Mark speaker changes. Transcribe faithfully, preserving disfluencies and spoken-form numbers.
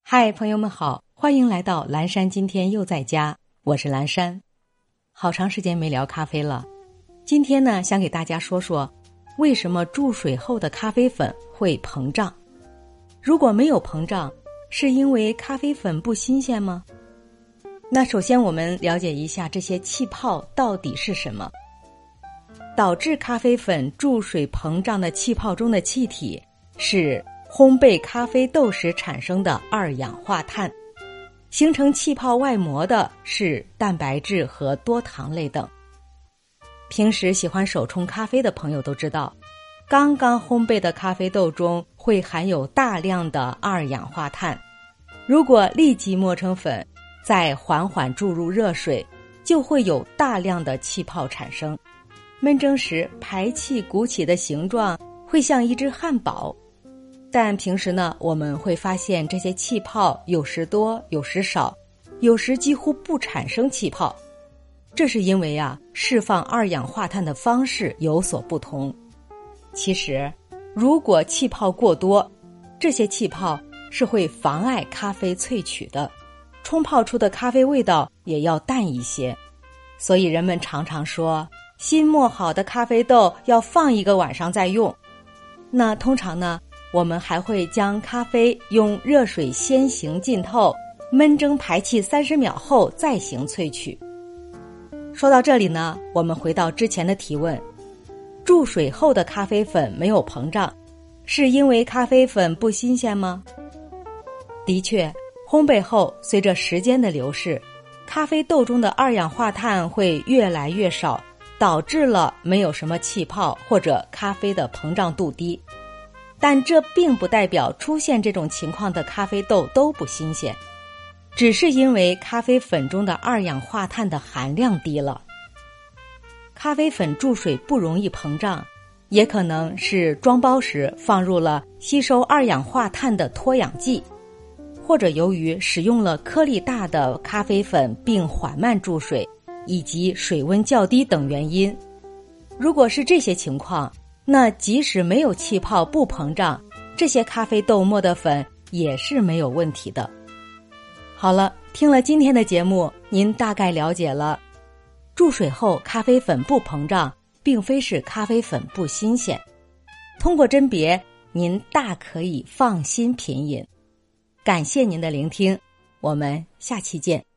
Speaker 1: 嗨，朋友们好，欢迎来到蓝山今天又在家，我是蓝山。好长时间没聊咖啡了，今天呢，想给大家说说为什么注水后的咖啡粉会膨胀。如果没有膨胀，是因为咖啡粉不新鲜吗？那首先我们了解一下这些气泡到底是什么。导致咖啡粉注水膨胀的气泡中的气体是烘焙咖啡豆时产生的二氧化碳，形成气泡外膜的是蛋白质和多糖类等。平时喜欢手冲咖啡的朋友都知道，刚刚烘焙的咖啡豆中会含有大量的二氧化碳，如果立即磨成粉，再缓缓注入热水，就会有大量的气泡产生。焖蒸时排气鼓起的形状会像一只汉堡，但平时呢，我们会发现这些气泡有时多有时少，有时几乎不产生气泡。这是因为啊，释放二氧化碳的方式有所不同。其实如果气泡过多，这些气泡是会妨碍咖啡萃取的，冲泡出的咖啡味道也要淡一些。所以人们常常说新磨好的咖啡豆要放一个晚上再用。那通常呢，我们还会将咖啡用热水先行浸透，焖蒸排气三十秒后再行萃取。说到这里呢，我们回到之前的提问，注水后的咖啡粉没有膨胀，是因为咖啡粉不新鲜吗？的确，烘焙后随着时间的流逝，咖啡豆中的二氧化碳会越来越少，导致了没有什么气泡或者咖啡的膨胀度低。但这并不代表出现这种情况的咖啡豆都不新鲜，只是因为咖啡粉中的二氧化碳的含量低了。咖啡粉注水不容易膨胀，也可能是装包时放入了吸收二氧化碳的脱氧剂，或者由于使用了颗粒大的咖啡粉并缓慢注水，以及水温较低等原因。如果是这些情况，那即使没有气泡不膨胀，这些咖啡豆磨的粉也是没有问题的。好了，听了今天的节目，您大概了解了，注水后咖啡粉不膨胀，并非是咖啡粉不新鲜。通过甄别，您大可以放心品饮。感谢您的聆听，我们下期见。